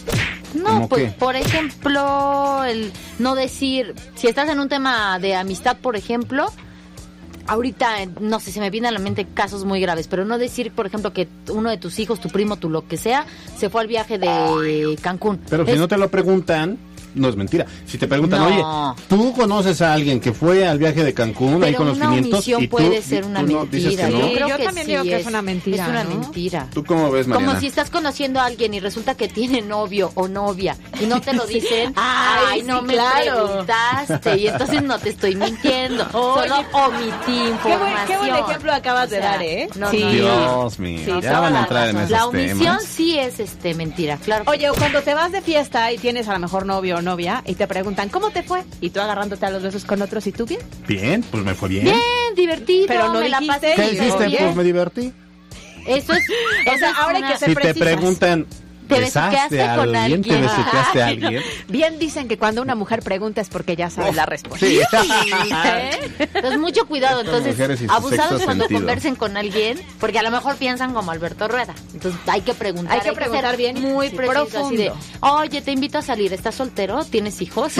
No, pues qué? Por ejemplo, el no decir, si estás en un tema de amistad, por ejemplo... Ahorita, no sé, se me vienen a la mente casos muy graves, pero no decir, por ejemplo, que uno de tus hijos, tu primo, tu lo que sea, se fue al viaje de Cancún. Pero es... si no te lo preguntan, no es mentira. Si te preguntan, no. oye, ¿tú conoces a alguien que fue al viaje de Cancún pero ahí con los quinientos? Pero una omisión puede tú, ser una no, mentira. Que no? Yo creo yo que también sí digo que es, es una mentira. Es una ¿no? mentira. ¿Tú cómo ves, Mariana? Como si estás conociendo a alguien y resulta que tiene novio o novia y no te lo dicen. Ay, Ay, no sí, me claro. preguntaste y entonces no te estoy mintiendo. Oye, solo omití información. Qué buen, qué buen ejemplo acabas o sea, de dar, ¿eh? No, sí. no, Dios mío, sí, ya van a entrar en esos La omisión temas. sí es este mentira, claro. Oye, cuando te vas de fiesta y tienes a lo mejor novio o novia y te preguntan, ¿cómo te fue? Y tú agarrándote a los besos con otros y tú bien. Bien, pues me fue bien. Bien, divertido, pero no me dijiste, la pasé. ¿Qué hiciste? bien. Pues me divertí. Eso es, o sea, ahora hay que ser Si precisas. te preguntan, ¿te besaste besuqueaste a con alguien? alguien? ¿Te besuqueaste a alguien? Bien dicen que cuando una mujer pregunta es porque ya sabe oh, la respuesta. Sí. ¿Eh? Entonces, mucho cuidado. Entonces, abusados cuando sentido. conversen con alguien, porque a lo mejor piensan como Alberto Rueda. Entonces, hay que preguntar. Hay que hay preguntar que bien. Muy sí, preciso. profundo. Así de, oye, te invito a salir. ¿Estás soltero? ¿Tienes hijos?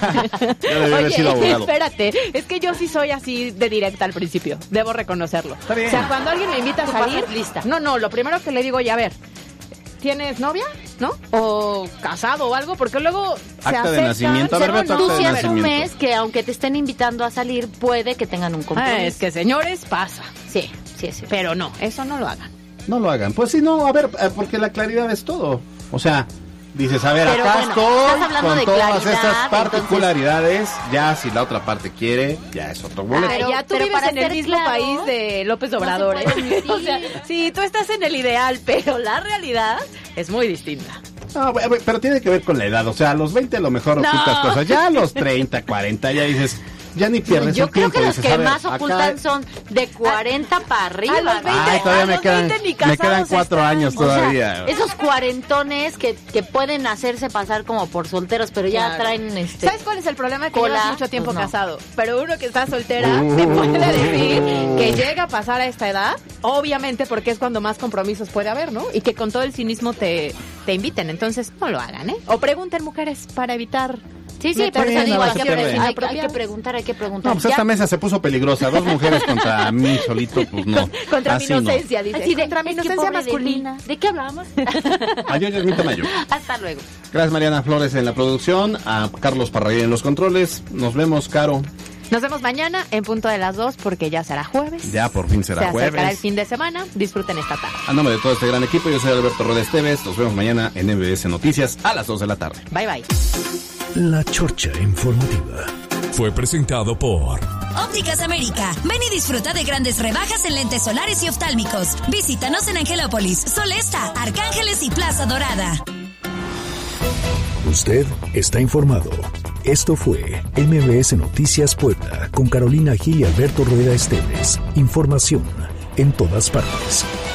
Oye, espérate. Es que yo sí soy así de directa al principio. Debo reconocerlo. Está bien. O sea, cuando alguien me invita a salir, lista. No, no, lo primero que le digo, ya a ver, ¿tienes novia? ¿No? O casado o algo, porque luego se acta aceptan. de nacimiento. A ver, Pero tú acta si de asumes nacimiento. que aunque te estén invitando a salir, puede que tengan un compromiso. Ah, es que señores, pasa. Sí, sí, sí. Pero no, eso no lo hagan. No lo hagan. Pues sí, no, a ver, porque la claridad es todo. O sea, dices, a ver, pero acá bueno, estoy con de todas claridad, estas particularidades. Entonces... Ya si la otra parte quiere, ya es otro boleto. Ay, ya tú pero vives para en el mismo claro, país de López Obrador, no ¿eh? O sea, sí, tú estás en el ideal, pero la realidad es muy distinta. No, pero tiene que ver con la edad. O sea, a los veinte a lo mejor no. ocultas cosas. Ya a los treinta, cuarenta ya dices... Ya ni pierdes Yo el creo tiempo. que los dices, que ver, más ocultan acá... son de cuarenta para arriba. A los veinte, Ay, todavía a me los quedan, veinte ni me quedan casados cuatro están. años O sea, todavía. esos cuarentones que, que pueden hacerse pasar como por solteros, pero ya Claro. traen este. ¿Sabes cuál es el problema? Que cola, llevas mucho tiempo pues no. casado. Pero uno que está soltera Uh. te puede decir que llega a pasar a esta edad, obviamente porque es cuando más compromisos puede haber, ¿no? Y que con todo el cinismo te, te inviten. Entonces, no lo hagan, ¿eh? O pregunten, mujeres, para evitar Sí, sí, pero bueno, eso digo, no hay se que, pierde. hay, hay que preguntar, hay que preguntar. No, pues Ya. esta mesa se puso peligrosa. Dos mujeres contra mí solito, pues no. Contra Así mi no. inocencia, dice. Así de, contra mi es que inocencia pobre de masculina. mí. ¿De qué hablábamos? Mayor y Ermita Mayor. Hasta luego. Gracias, Mariana Flores, en la producción. A Carlos Parragués en los controles. Nos vemos, Caro. Nos vemos mañana en punto de las dos porque ya será jueves. Ya por fin será Se acercará el jueves. fin de semana. Disfruten esta tarde. A nombre de todo este gran equipo, yo soy Alberto Rueda Esteves. Nos vemos mañana en M B S Noticias a las dos de la tarde. Bye, bye. La Chorcha Informativa. Fue presentado por Ópticas América. Ven y disfruta de grandes rebajas en lentes solares y oftálmicos. Visítanos en Angelópolis, Solesta, Arcángeles y Plaza Dorada. Usted está informado. Esto fue M B S Noticias Puebla con Carolina Gil y Alberto Rueda Esteves. Información en todas partes.